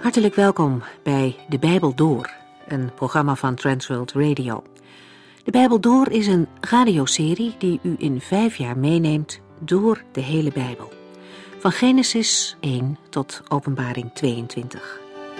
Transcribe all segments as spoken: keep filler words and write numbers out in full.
Hartelijk welkom bij De Bijbel Door, een programma van Transworld Radio. De Bijbel Door is een radioserie die u in vijf jaar meeneemt door de hele Bijbel. Van Genesis één tot Openbaring tweeëntwintig.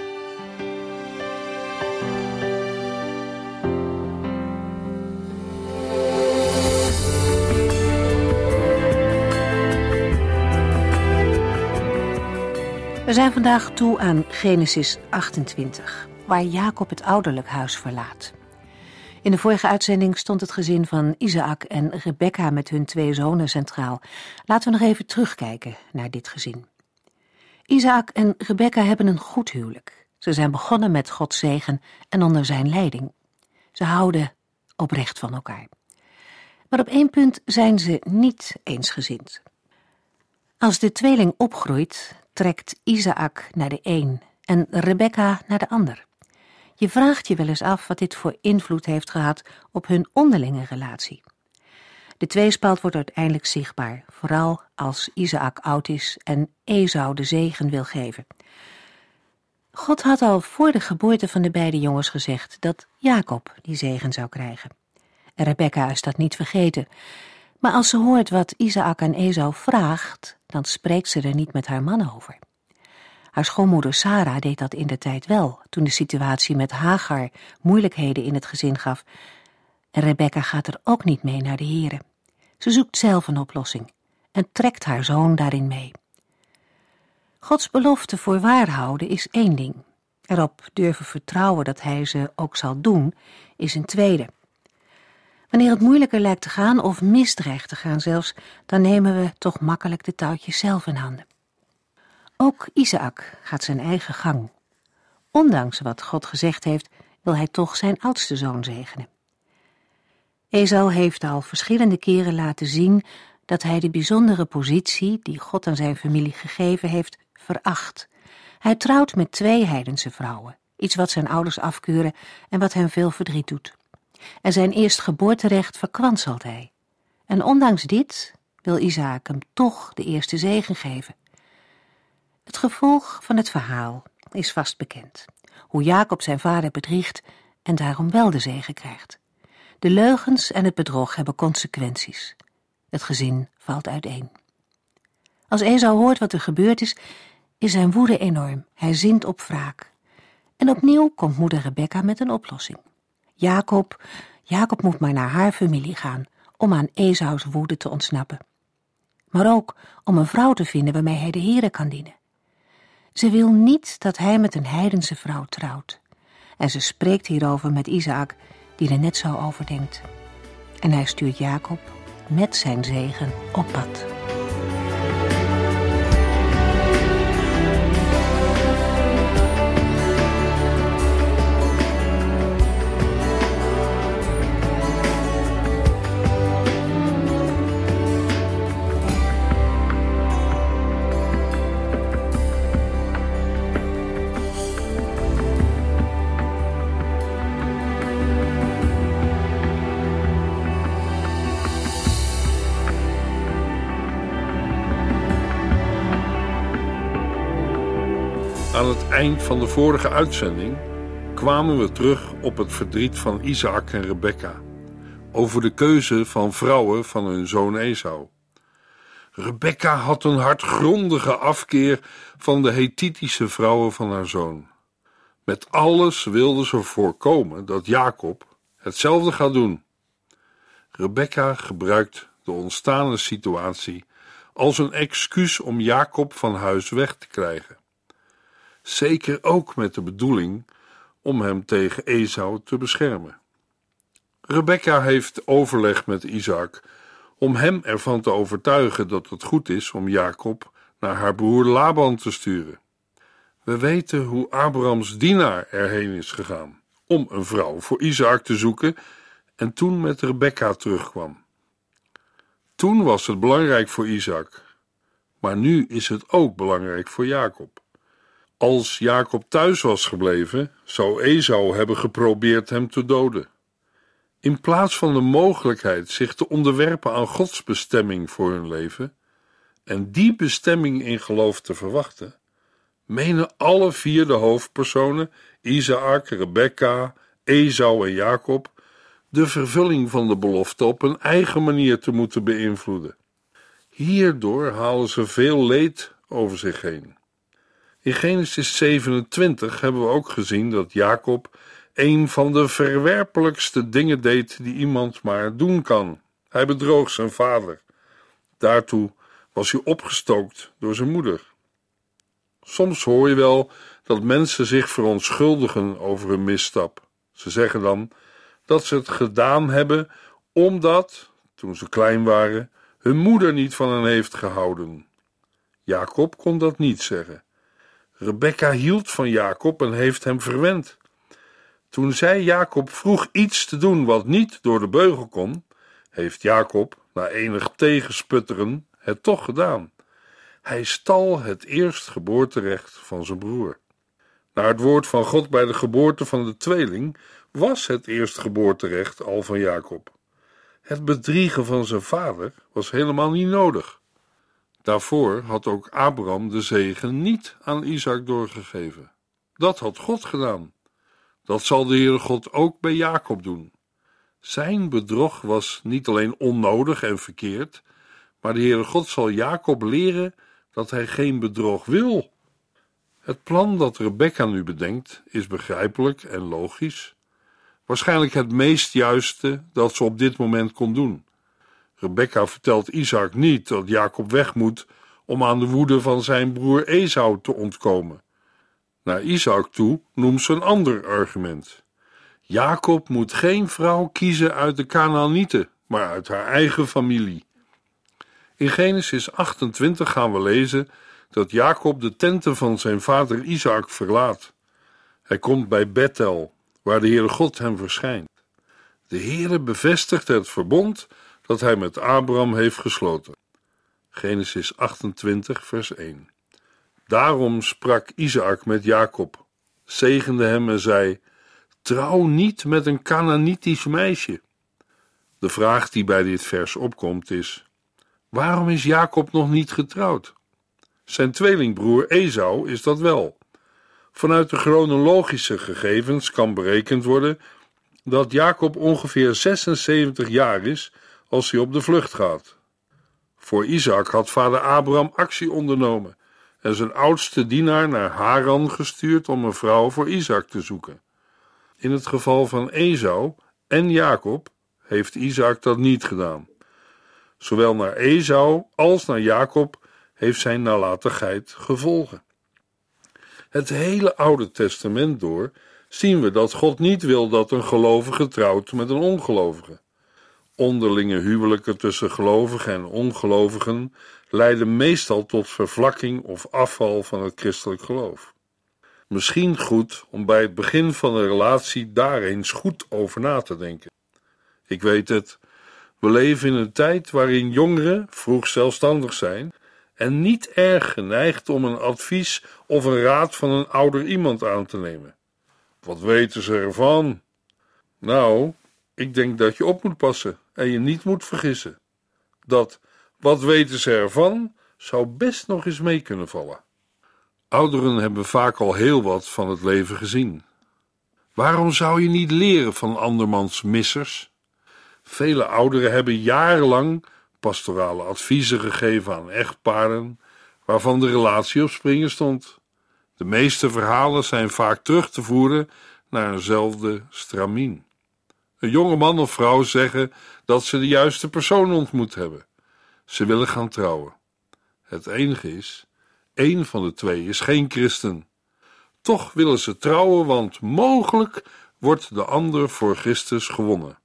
We zijn vandaag toe aan Genesis achtentwintig, waar Jacob het ouderlijk huis verlaat. In de vorige uitzending stond het gezin van Isaac en Rebekka met hun twee zonen centraal. Laten we nog even terugkijken naar dit gezin. Isaac en Rebekka hebben een goed huwelijk. Ze zijn begonnen met Gods zegen en onder zijn leiding. Ze houden oprecht van elkaar. Maar op één punt zijn ze niet eensgezind. Als de tweeling opgroeit, trekt Isaac naar de een en Rebekka naar de ander. Je vraagt je wel eens af wat dit voor invloed heeft gehad op hun onderlinge relatie. De tweespalt wordt uiteindelijk zichtbaar, vooral als Isaac oud is en Esau de zegen wil geven. God had al voor de geboorte van de beide jongens gezegd dat Jacob die zegen zou krijgen. En Rebekka is dat niet vergeten. Maar als ze hoort wat Isaac aan Esau vraagt, dan spreekt ze er niet met haar man over. Haar schoonmoeder Sarah deed dat indertijd wel, toen de situatie met Hagar moeilijkheden in het gezin gaf. En Rebekka gaat er ook niet mee naar de Here. Ze zoekt zelf een oplossing en trekt haar zoon daarin mee. Gods belofte voor waar houden is één ding. Erop durven vertrouwen dat hij ze ook zal doen, is een tweede. Wanneer het moeilijker lijkt te gaan of misdreigt te gaan zelfs, dan nemen we toch makkelijk de touwtjes zelf in handen. Ook Isaac gaat zijn eigen gang. Ondanks wat God gezegd heeft, wil hij toch zijn oudste zoon zegenen. Esau heeft al verschillende keren laten zien dat hij de bijzondere positie die God aan zijn familie gegeven heeft, veracht. Hij trouwt met twee heidense vrouwen, iets wat zijn ouders afkeuren en wat hem veel verdriet doet. En zijn eerstgeboorterecht verkwanselt hij. En ondanks dit wil Isaac hem toch de eerste zegen geven. Het gevolg van het verhaal is vast bekend. Hoe Jacob zijn vader bedriegt en daarom wel de zegen krijgt. De leugens en het bedrog hebben consequenties. Het gezin valt uiteen. Als Esau hoort wat er gebeurd is, is zijn woede enorm. Hij zint op wraak. En opnieuw komt moeder Rebekka met een oplossing. Jacob, Jacob moet maar naar haar familie gaan om aan Esaus woede te ontsnappen. Maar ook om een vrouw te vinden waarmee hij de Here kan dienen. Ze wil niet dat hij met een heidense vrouw trouwt. En ze spreekt hierover met Isaac, die er net zo over denkt. En hij stuurt Jacob met zijn zegen op pad. Aan het eind van de vorige uitzending kwamen we terug op het verdriet van Isaac en Rebekka over de keuze van vrouwen van hun zoon Esau. Rebekka had een hartgrondige afkeer van de Hethitische vrouwen van haar zoon. Met alles wilde ze voorkomen dat Jacob hetzelfde gaat doen. Rebekka gebruikt de ontstane situatie als een excuus om Jacob van huis weg te krijgen. Zeker ook met de bedoeling om hem tegen Esau te beschermen. Rebekka heeft overleg met Isaac om hem ervan te overtuigen dat het goed is om Jacob naar haar broer Laban te sturen. We weten hoe Abrahams dienaar erheen is gegaan om een vrouw voor Isaac te zoeken en toen met Rebekka terugkwam. Toen was het belangrijk voor Isaac, maar nu is het ook belangrijk voor Jacob. Als Jacob thuis was gebleven, zou Esau hebben geprobeerd hem te doden. In plaats van de mogelijkheid zich te onderwerpen aan Gods bestemming voor hun leven en die bestemming in geloof te verwachten, menen alle vier de hoofdpersonen, Izaak, Rebekka, Esau en Jacob, de vervulling van de belofte op een eigen manier te moeten beïnvloeden. Hierdoor halen ze veel leed over zich heen. In Genesis zevenentwintig hebben we ook gezien dat Jacob een van de verwerpelijkste dingen deed die iemand maar doen kan. Hij bedroog zijn vader. Daartoe was hij opgestookt door zijn moeder. Soms hoor je wel dat mensen zich verontschuldigen over hun misstap. Ze zeggen dan dat ze het gedaan hebben omdat, toen ze klein waren, hun moeder niet van hen heeft gehouden. Jacob kon dat niet zeggen. Rebekka hield van Jacob en heeft hem verwend. Toen zij Jacob vroeg iets te doen wat niet door de beugel kon, heeft Jacob, na enig tegensputteren, het toch gedaan. Hij stal het eerstgeboorterecht van zijn broer. Naar het woord van God bij de geboorte van de tweeling was het eerstgeboorterecht al van Jacob. Het bedriegen van zijn vader was helemaal niet nodig. Daarvoor had ook Abraham de zegen niet aan Izaak doorgegeven. Dat had God gedaan. Dat zal de Heere God ook bij Jacob doen. Zijn bedrog was niet alleen onnodig en verkeerd, maar de Heere God zal Jacob leren dat hij geen bedrog wil. Het plan dat Rebekka nu bedenkt is begrijpelijk en logisch. Waarschijnlijk het meest juiste dat ze op dit moment kon doen. Rebekka vertelt Izaak niet dat Jacob weg moet om aan de woede van zijn broer Esau te ontkomen. Naar Izaak toe noemt ze een ander argument. Jacob moet geen vrouw kiezen uit de Kanaanieten, maar uit haar eigen familie. In Genesis achtentwintig gaan we lezen dat Jacob de tenten van zijn vader Izaak verlaat. Hij komt bij Bethel, waar de Heere God hem verschijnt. De Heere bevestigt het verbond dat hij met Abraham heeft gesloten. Genesis achtentwintig, vers één. Daarom sprak Izaak met Jacob, zegende hem en zei: trouw niet met een Kanaanitisch meisje. De vraag die bij dit vers opkomt is: waarom is Jacob nog niet getrouwd? Zijn tweelingbroer Esau is dat wel. Vanuit de chronologische gegevens kan berekend worden dat Jacob ongeveer zesenzeventig jaar is als hij op de vlucht gaat. Voor Izaak had vader Abraham actie ondernomen en zijn oudste dienaar naar Haran gestuurd om een vrouw voor Izaak te zoeken. In het geval van Esau en Jacob heeft Izaak dat niet gedaan. Zowel naar Esau als naar Jacob heeft zijn nalatigheid gevolgen. Het hele Oude Testament door zien we dat God niet wil dat een gelovige trouwt met een ongelovige. Onderlinge huwelijken tussen gelovigen en ongelovigen leiden meestal tot vervlakking of afval van het christelijk geloof. Misschien goed om bij het begin van een relatie daar eens goed over na te denken. Ik weet het, we leven in een tijd waarin jongeren vroeg zelfstandig zijn en niet erg geneigd om een advies of een raad van een ouder iemand aan te nemen. Wat weten ze ervan? Nou, ik denk dat je op moet passen en je niet moet vergissen. Dat wat weten ze ervan zou best nog eens mee kunnen vallen. Ouderen hebben vaak al heel wat van het leven gezien. Waarom zou je niet leren van andermans missers? Vele ouderen hebben jarenlang pastorale adviezen gegeven aan echtparen waarvan de relatie op springen stond. De meeste verhalen zijn vaak terug te voeren naar eenzelfde stramien. Een jonge man of vrouw zeggen dat ze de juiste persoon ontmoet hebben. Ze willen gaan trouwen. Het enige is, één van de twee is geen christen. Toch willen ze trouwen, want mogelijk wordt de ander voor Christus gewonnen.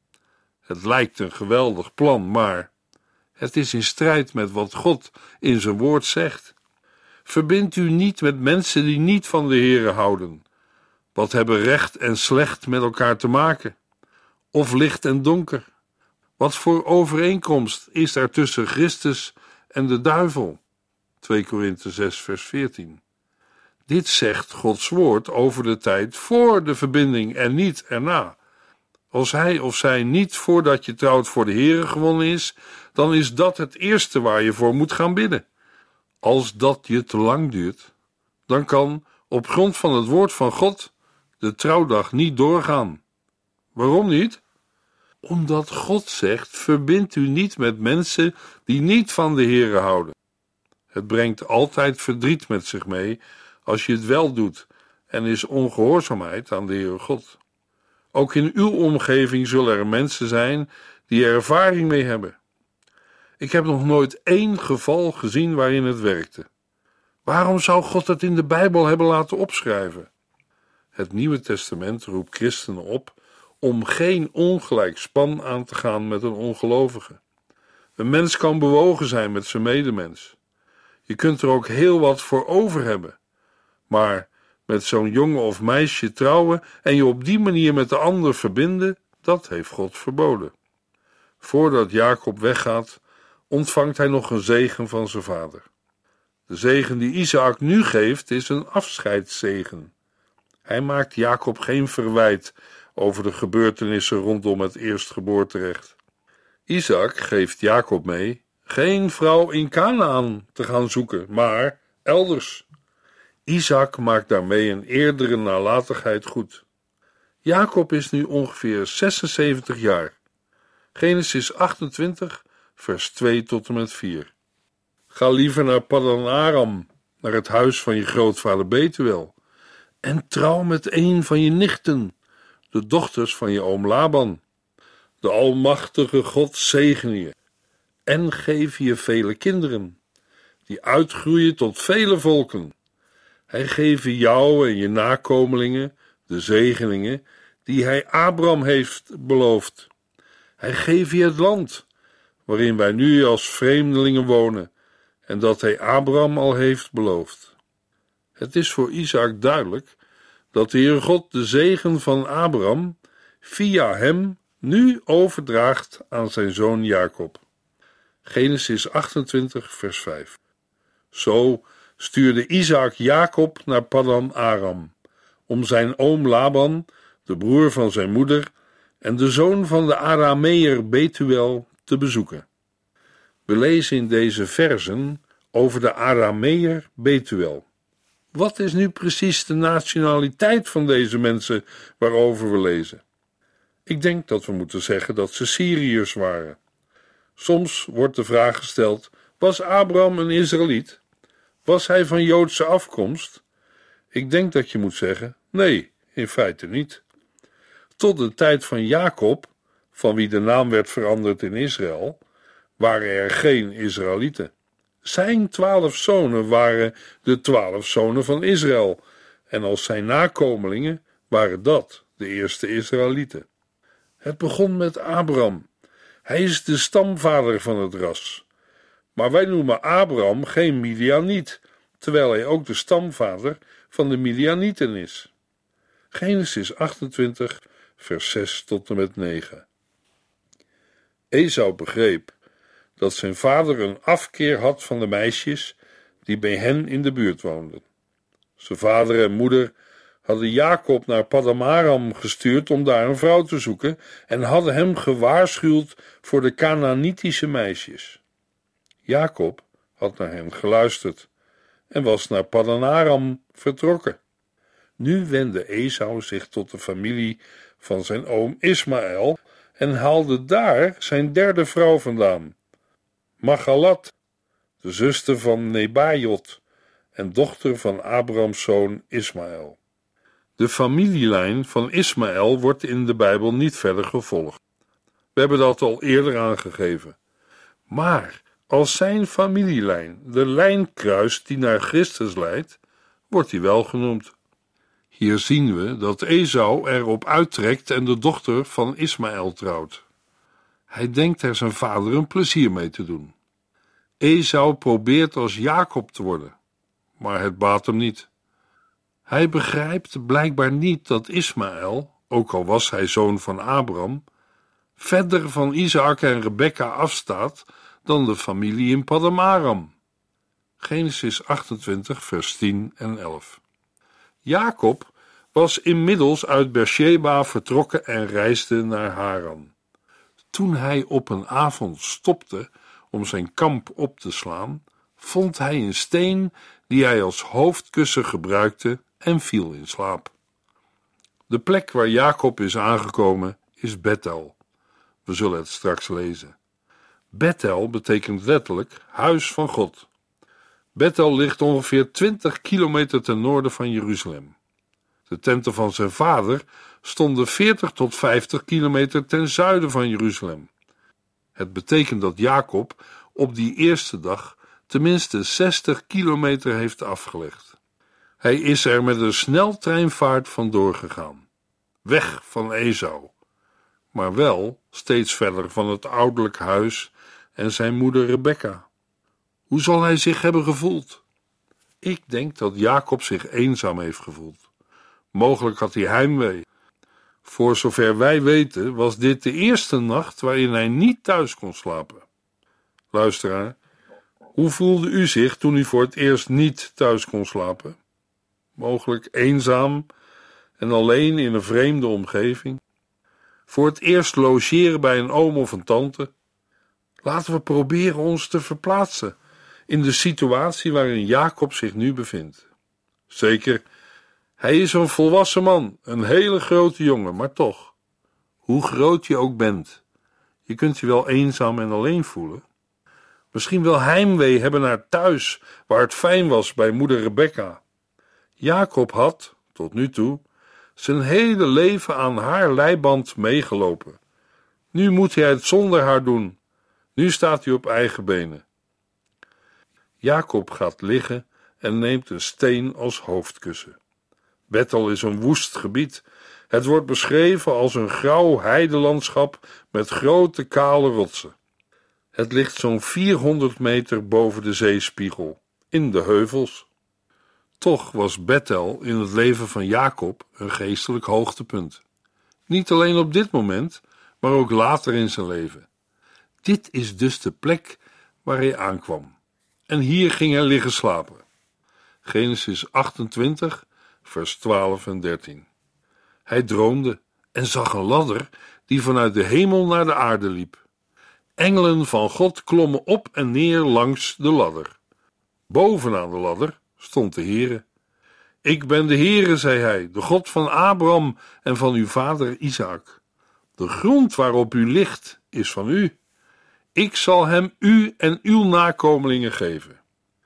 Het lijkt een geweldig plan, maar het is in strijd met wat God in zijn woord zegt. Verbind u niet met mensen die niet van de Heere houden. Wat hebben recht en slecht met elkaar te maken? Of licht en donker? Wat voor overeenkomst is er tussen Christus en de duivel? twee Korinthe zes, vers veertien. Dit zegt Gods woord over de tijd voor de verbinding en niet erna. Als hij of zij niet voordat je trouwt voor de Heere gewonnen is, dan is dat het eerste waar je voor moet gaan bidden. Als dat je te lang duurt, dan kan op grond van het woord van God de trouwdag niet doorgaan. Waarom niet? Omdat God zegt, verbind u niet met mensen die niet van de Heere houden. Het brengt altijd verdriet met zich mee als je het wel doet en is ongehoorzaamheid aan de Heere God. Ook in uw omgeving zullen er mensen zijn die er ervaring mee hebben. Ik heb nog nooit één geval gezien waarin het werkte. Waarom zou God het in de Bijbel hebben laten opschrijven? Het Nieuwe Testament roept christenen op om geen ongelijk span aan te gaan met een ongelovige. Een mens kan bewogen zijn met zijn medemens. Je kunt er ook heel wat voor over hebben. Maar met zo'n jongen of meisje trouwen en je op die manier met de ander verbinden, dat heeft God verboden. Voordat Jacob weggaat, ontvangt hij nog een zegen van zijn vader. De zegen die Izaak nu geeft is een afscheidszegen. Hij maakt Jacob geen verwijt over de gebeurtenissen rondom het eerstgeboorterecht. Izaak geeft Jacob mee geen vrouw in Kanaan te gaan zoeken, maar elders. Izaak maakt daarmee een eerdere nalatigheid goed. Jacob is nu ongeveer zesenzeventig jaar. Genesis achtentwintig, vers twee tot en met vier. Ga liever naar Paddan Aram, naar het huis van je grootvader Betuel, en trouw met een van je nichten, de dochters van je oom Laban. De Almachtige God zegene je en geef je vele kinderen, die uitgroeien tot vele volken. Hij geeft jou en je nakomelingen de zegeningen die hij Abraham heeft beloofd. Hij geeft je het land, waarin wij nu als vreemdelingen wonen, en dat hij Abraham al heeft beloofd. Het is voor Izaak duidelijk dat de Heere God de zegen van Abraham via hem nu overdraagt aan zijn zoon Jacob. Genesis achtentwintig, vers vijf. Zo stuurde Izaak Jacob naar Paddan Aram, om zijn oom Laban, de broer van zijn moeder, en de zoon van de Arameer Betuel te bezoeken. We lezen in deze versen over de Arameer Betuel. Wat is nu precies de nationaliteit van deze mensen waarover we lezen? Ik denk dat we moeten zeggen dat ze Syriërs waren. Soms wordt de vraag gesteld, was Abraham een Israëliet? Was hij van Joodse afkomst? Ik denk dat je moet zeggen, nee, in feite niet. Tot de tijd van Jacob, van wie de naam werd veranderd in Israël, waren er geen Israëlieten. Zijn twaalf zonen waren de twaalf zonen van Israël, en als zijn nakomelingen waren dat de eerste Israëlieten. Het begon met Abraham. Hij is de stamvader van het ras. Maar wij noemen Abraham geen Midianiet, terwijl hij ook de stamvader van de Midianieten is. Genesis achtentwintig, vers zes tot en met negen. Esau begreep dat zijn vader een afkeer had van de meisjes die bij hen in de buurt woonden. Zijn vader en moeder hadden Jacob naar Paddan Aram gestuurd om daar een vrouw te zoeken en hadden hem gewaarschuwd voor de Kanaanitische meisjes. Jacob had naar hen geluisterd en was naar Paddan Aram vertrokken. Nu wendde Esau zich tot de familie van zijn oom Ismaël en haalde daar zijn derde vrouw vandaan, Machalat, de zuster van Nebajot en dochter van Abrahams zoon Ismaël. De familielijn van Ismaël wordt in de Bijbel niet verder gevolgd. We hebben dat al eerder aangegeven. Maar als zijn familielijn de lijn kruist die naar Christus leidt, wordt hij wel genoemd. Hier zien we dat Esau erop uittrekt en de dochter van Ismaël trouwt. Hij denkt er zijn vader een plezier mee te doen. Esau probeert als Jacob te worden, maar het baat hem niet. Hij begrijpt blijkbaar niet dat Ismaël, ook al was hij zoon van Abraham, verder van Izaak en Rebekka afstaat dan de familie in Paddan Aram. Genesis achtentwintig, vers tien en elf. Jacob was inmiddels uit Beersheba vertrokken en reisde naar Haran. Toen hij op een avond stopte om zijn kamp op te slaan, vond hij een steen die hij als hoofdkussen gebruikte en viel in slaap. De plek waar Jacob is aangekomen is Bethel. We zullen het straks lezen. Bethel betekent letterlijk huis van God. Bethel ligt ongeveer twintig kilometer ten noorden van Jeruzalem. De tenten van zijn vader stonden veertig tot vijftig kilometer ten zuiden van Jeruzalem. Het betekent dat Jacob op die eerste dag tenminste zestig kilometer heeft afgelegd. Hij is er met een sneltreinvaart vandoor gegaan. Weg van Esau, maar wel steeds verder van het ouderlijk huis en zijn moeder Rebekka. Hoe zal hij zich hebben gevoeld? Ik denk dat Jacob zich eenzaam heeft gevoeld. Mogelijk had hij heimwee. Voor zover wij weten was dit de eerste nacht waarin hij niet thuis kon slapen. Luisteraar, hoe voelde u zich toen u voor het eerst niet thuis kon slapen? Mogelijk eenzaam en alleen in een vreemde omgeving. Voor het eerst logeren bij een oom of een tante. Laten we proberen ons te verplaatsen in de situatie waarin Jacob zich nu bevindt. Zeker, hij is een volwassen man, een hele grote jongen, maar toch, hoe groot je ook bent, je kunt je wel eenzaam en alleen voelen. Misschien wel heimwee hebben naar thuis, waar het fijn was bij moeder Rebekka. Jacob had, tot nu toe, zijn hele leven aan haar leiband meegelopen. Nu moet hij het zonder haar doen. Nu staat hij op eigen benen. Jacob gaat liggen en neemt een steen als hoofdkussen. Bethel is een woest gebied. Het wordt beschreven als een grauw heidelandschap met grote kale rotsen. Het ligt zo'n vierhonderd meter boven de zeespiegel, in de heuvels. Toch was Bethel in het leven van Jacob een geestelijk hoogtepunt. Niet alleen op dit moment, maar ook later in zijn leven. Dit is dus de plek waar hij aankwam. En hier ging hij liggen slapen. Genesis achtentwintig, vers twaalf en dertien. Hij droomde en zag een ladder die vanuit de hemel naar de aarde liep. Engelen van God klommen op en neer langs de ladder. Bovenaan de ladder stond de Heere. Ik ben de Heere, zei hij, de God van Abraham en van uw vader Isaak. De grond waarop u ligt is van u. Ik zal hem u en uw nakomelingen geven.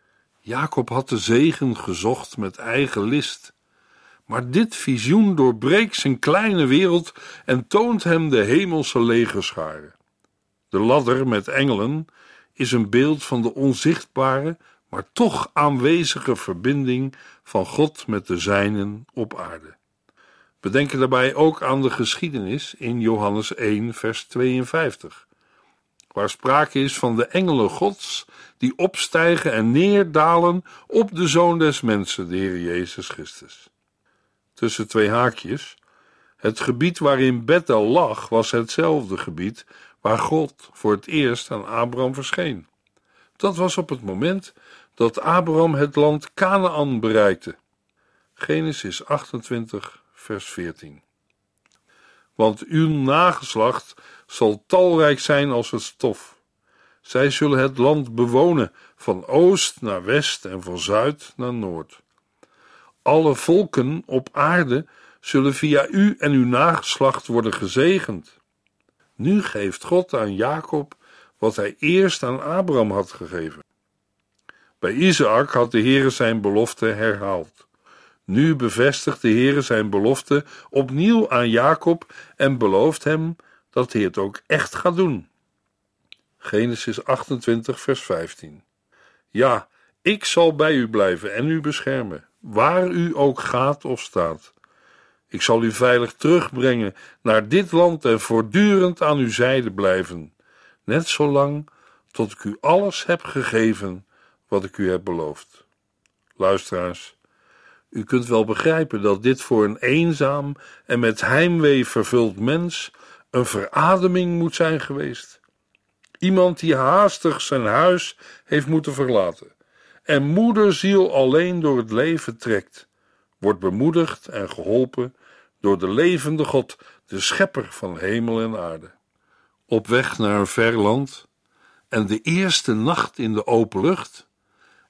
Jacob had de zegen gezocht met eigen list. Maar dit visioen doorbreekt zijn kleine wereld en toont hem de hemelse legerscharen. De ladder met engelen is een beeld van de onzichtbare, maar toch aanwezige verbinding van God met de zijnen op aarde. We denken daarbij ook aan de geschiedenis in Johannes één, vers tweeënvijftig, waar sprake is van de engelen Gods die opstijgen en neerdalen op de Zoon des Mensen, de Heer Jezus Christus. Tussen twee haakjes, het gebied waarin Bethel lag was hetzelfde gebied waar God voor het eerst aan Abraham verscheen. Dat was op het moment dat Abraham het land Kanaän bereikte. Genesis achtentwintig, vers veertien. Want uw nageslacht zal talrijk zijn als het stof. Zij zullen het land bewonen, van oost naar west en van zuid naar noord. Alle volken op aarde zullen via u en uw nageslacht worden gezegend. Nu geeft God aan Jacob wat hij eerst aan Abraham had gegeven. Bij Isaak had de Heere zijn belofte herhaald. Nu bevestigt de Heere zijn belofte opnieuw aan Jacob en belooft hem dat hij het ook echt gaat doen. Genesis achtentwintig, vers vijftien. Ja, ik zal bij u blijven en u beschermen, waar u ook gaat of staat. Ik zal u veilig terugbrengen naar dit land en voortdurend aan uw zijde blijven, net zolang tot ik u alles heb gegeven wat ik u heb beloofd. Luisteraars, u kunt wel begrijpen dat dit voor een eenzaam en met heimwee vervuld mens een verademing moet zijn geweest. Iemand die haastig zijn huis heeft moeten verlaten en moederziel alleen door het leven trekt, wordt bemoedigd en geholpen door de levende God, de schepper van hemel en aarde. Op weg naar een ver land en de eerste nacht in de open lucht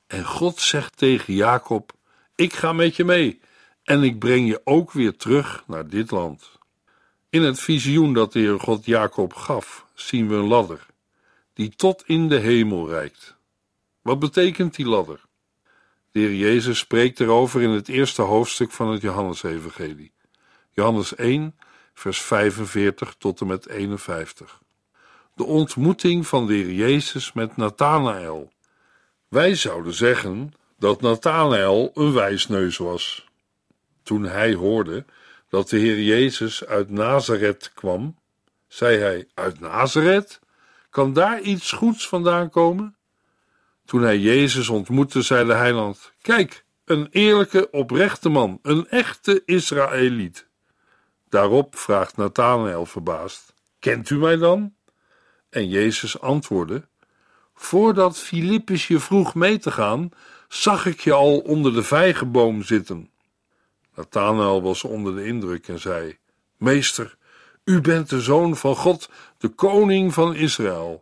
En God zegt tegen Jacob: ik ga met je mee en ik breng je ook weer terug naar dit land. In het visioen dat de Heer God Jacob gaf, zien we een ladder die tot in de hemel reikt. Wat betekent die ladder? De Heer Jezus spreekt erover in het eerste hoofdstuk van het Johannesevangelie. Johannes één, vers vijfenveertig tot en met eenenvijftig. De ontmoeting van de Heer Jezus met Nathanaël. Wij zouden zeggen dat Nathanaël een wijsneus was. Toen hij hoorde dat de Heer Jezus uit Nazareth kwam, zei hij: uit Nazareth? Kan daar iets goeds vandaan komen? Toen hij Jezus ontmoette, zei de heiland: kijk, een eerlijke, oprechte man, een echte Israëliet. Daarop vraagt Nathanaël verbaasd: kent u mij dan? En Jezus antwoordde: voordat Filippus je vroeg mee te gaan, zag ik je al onder de vijgenboom zitten. Nathanaël was onder de indruk en zei: meester, u bent de zoon van God, de koning van Israël.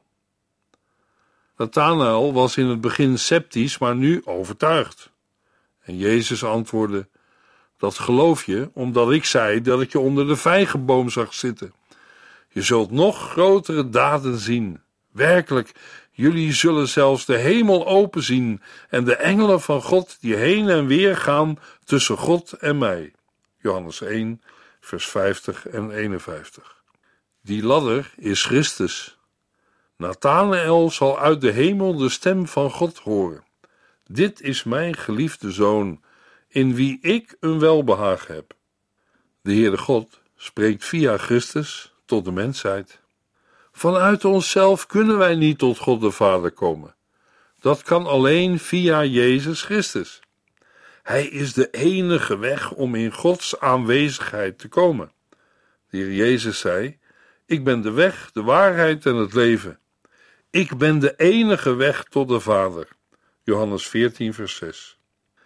Nathanaël was in het begin sceptisch, maar nu overtuigd. En Jezus antwoordde: dat geloof je omdat ik zei dat ik je onder de vijgenboom zag zitten. Je zult nog grotere daden zien. Werkelijk, jullie zullen zelfs de hemel open zien en de engelen van God die heen en weer gaan tussen God en mij. Johannes één, vers vijftig en eenenvijftig. Die ladder is Christus. Nathanaël zal uit de hemel de stem van God horen. Dit is mijn geliefde zoon, in wie ik een welbehagen heb. De Heere God spreekt via Christus tot de mensheid. Vanuit onszelf kunnen wij niet tot God de Vader komen. Dat kan alleen via Jezus Christus. Hij is de enige weg om in Gods aanwezigheid te komen. De Heer Jezus zei: ik ben de weg, de waarheid en het leven. Ik ben de enige weg tot de Vader. Johannes veertien, vers zes.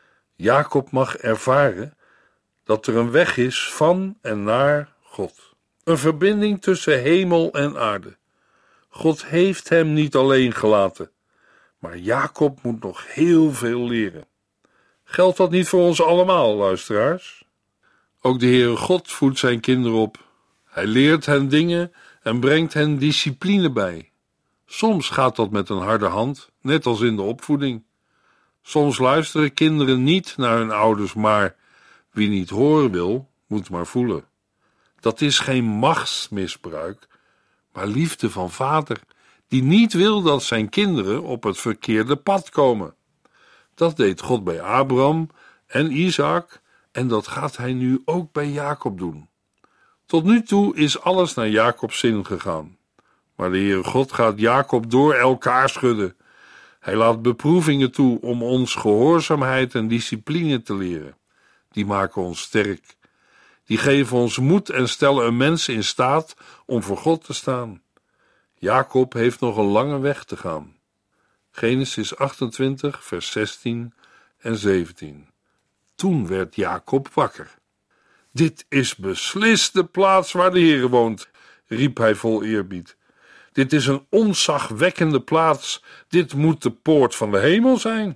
Jacob mag ervaren dat er een weg is van en naar God. Een verbinding tussen hemel en aarde. God heeft hem niet alleen gelaten, maar Jacob moet nog heel veel leren. Geldt dat niet voor ons allemaal, luisteraars? Ook de Heere God voedt zijn kinderen op. Hij leert hen dingen en brengt hen discipline bij. Soms gaat dat met een harde hand, net als in de opvoeding. Soms luisteren kinderen niet naar hun ouders, maar wie niet horen wil, moet maar voelen. Dat is geen machtsmisbruik, maar liefde van vader, die niet wil dat zijn kinderen op het verkeerde pad komen. Dat deed God bij Abraham en Isaac en dat gaat hij nu ook bij Jacob doen. Tot nu toe is alles naar Jacobs zin gegaan. Maar de Heere God gaat Jacob door elkaar schudden. Hij laat beproevingen toe om ons gehoorzaamheid en discipline te leren. Die maken ons sterk. Die geven ons moed en stellen een mens in staat om voor God te staan. Jacob heeft nog een lange weg te gaan. Genesis achtentwintig, vers zestien en zeventien. Toen werd Jacob wakker. Dit is beslist de plaats waar de Heere woont, riep hij vol eerbied. Dit is een ontzagwekkende plaats. Dit moet de poort van de hemel zijn.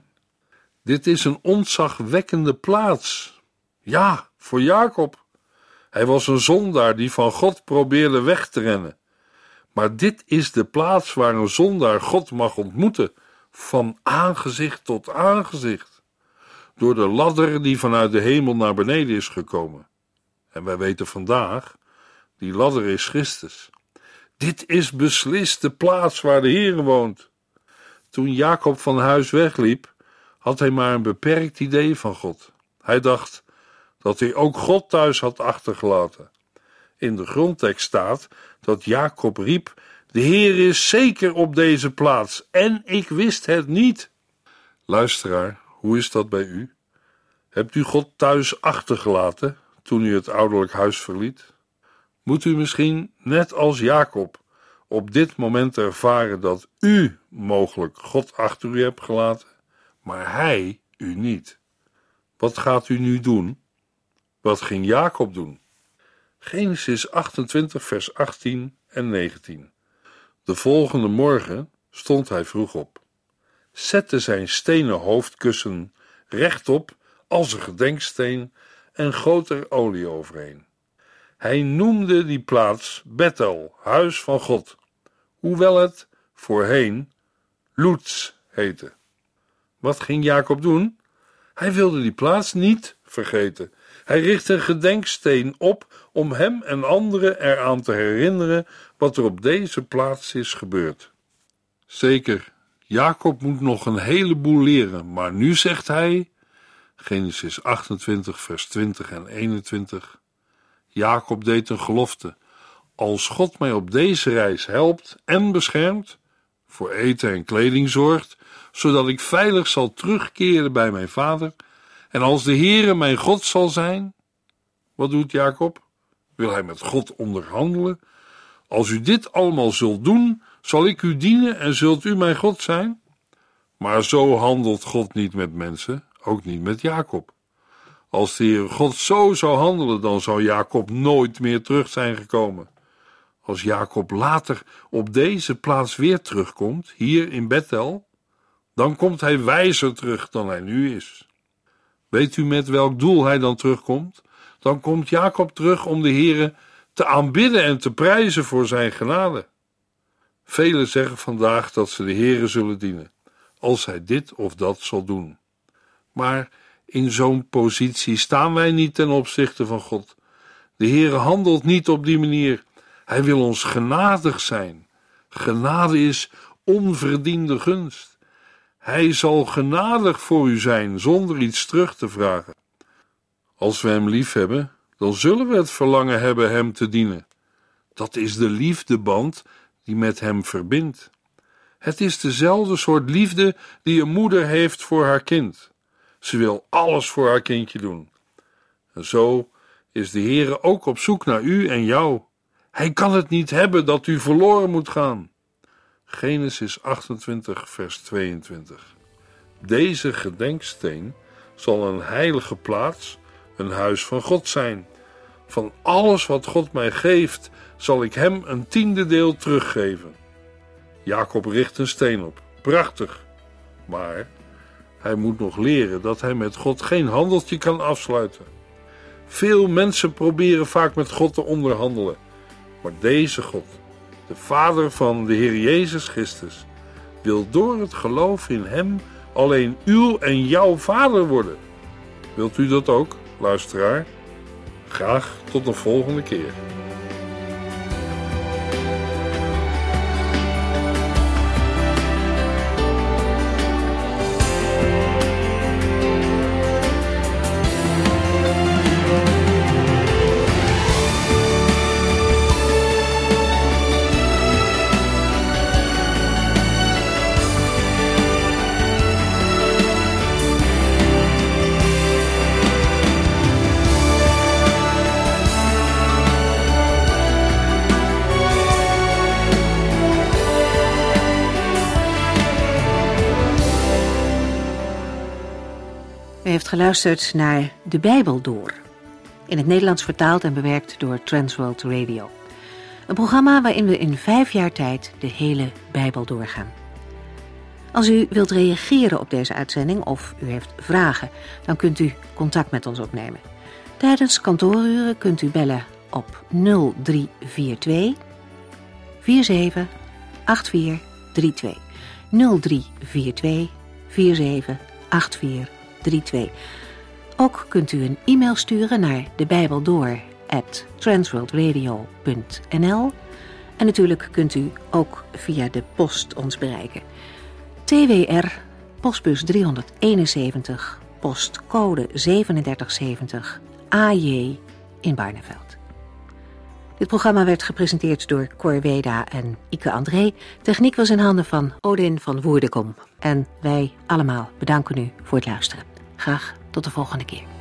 Dit is een ontzagwekkende plaats. Ja, voor Jacob. Hij was een zondaar die van God probeerde weg te rennen. Maar dit is de plaats waar een zondaar God mag ontmoeten, van aangezicht tot aangezicht. Door de ladder die vanuit de hemel naar beneden is gekomen. En wij weten vandaag, die ladder is Christus. Dit is beslist de plaats waar de Heere woont. Toen Jacob van huis wegliep, had hij maar een beperkt idee van God. Hij dacht dat hij ook God thuis had achtergelaten. In de grondtekst staat dat Jacob riep: de Heer is zeker op deze plaats en ik wist het niet. Luisteraar, hoe is dat bij u? Hebt u God thuis achtergelaten toen u het ouderlijk huis verliet? Moet u misschien, net als Jacob, op dit moment ervaren dat u mogelijk God achter u hebt gelaten, maar hij u niet? Wat gaat u nu doen? Wat ging Jacob doen? Genesis achtentwintig, vers achttien en negentien. De volgende morgen stond hij vroeg op. zette zijn stenen hoofdkussen rechtop als een gedenksteen en goot er olie overheen. Hij noemde die plaats Bethel, huis van God, hoewel het voorheen Luz heette. Wat ging Jacob doen? Hij wilde die plaats niet vergeten. Hij richtte een gedenksteen op om hem en anderen eraan te herinneren wat er op deze plaats is gebeurd. Zeker, Jacob moet nog een heleboel leren, maar nu zegt hij, Genesis achtentwintig, vers twintig en eenentwintig, Jacob deed een gelofte. Als God mij op deze reis helpt en beschermt, voor eten en kleding zorgt, zodat ik veilig zal terugkeren bij mijn vader, en als de Heere mijn God zal zijn. Wat doet Jacob? Wil hij met God onderhandelen? Als u dit allemaal zult doen, zal ik u dienen en zult u mijn God zijn? Maar zo handelt God niet met mensen, ook niet met Jacob. Als de Heere God zo zou handelen, dan zou Jacob nooit meer terug zijn gekomen. Als Jacob later op deze plaats weer terugkomt, hier in Bethel, dan komt hij wijzer terug dan hij nu is. Weet u met welk doel hij dan terugkomt? Dan komt Jacob terug om de Heere te aanbidden en te prijzen voor zijn genade. Velen zeggen vandaag dat ze de Heere zullen dienen, als hij dit of dat zal doen. Maar in zo'n positie staan wij niet ten opzichte van God. De Heere handelt niet op die manier. Hij wil ons genadig zijn. Genade is onverdiende gunst. Hij zal genadig voor u zijn, zonder iets terug te vragen. Als we hem lief hebben, dan zullen we het verlangen hebben hem te dienen. Dat is de liefdeband die met hem verbindt. Het is dezelfde soort liefde die een moeder heeft voor haar kind. Ze wil alles voor haar kindje doen. En zo is de Heere ook op zoek naar u en jou. Hij kan het niet hebben dat u verloren moet gaan. Genesis achtentwintig, vers tweeëntwintig. Deze gedenksteen zal een heilige plaats, een huis van God zijn. Van alles wat God mij geeft, zal ik hem een tiende deel teruggeven. Jacob richt een steen op. Prachtig. Maar hij moet nog leren dat hij met God geen handeltje kan afsluiten. Veel mensen proberen vaak met God te onderhandelen. Maar deze God, de Vader van de Heer Jezus Christus, wil door het geloof in hem alleen uw en jouw vader worden. Wilt u dat ook, luisteraar? Graag tot de volgende keer. U heeft geluisterd naar De Bijbel Door. In het Nederlands vertaald en bewerkt door Transworld Radio. Een programma waarin we in vijf jaar tijd de hele Bijbel doorgaan. Als u wilt reageren op deze uitzending of u heeft vragen, dan kunt u contact met ons opnemen. Tijdens kantooruren kunt u bellen op nul drie vier twee vier zeven acht vier drie twee. nul drie vier twee vier zeven acht vier drie twee. Ook kunt u een e-mail sturen naar debijbeldoor at transworldradio punt n l en natuurlijk kunt u ook via de post ons bereiken. T W R, postbus driehonderdeenenzeventig, postcode zevenendertig zeventig, A J in Barneveld. Dit programma werd gepresenteerd door Cor Weda en Ike André. Techniek was in handen van Odin van Woerdekom. En wij allemaal bedanken u voor het luisteren. Graag tot de volgende keer.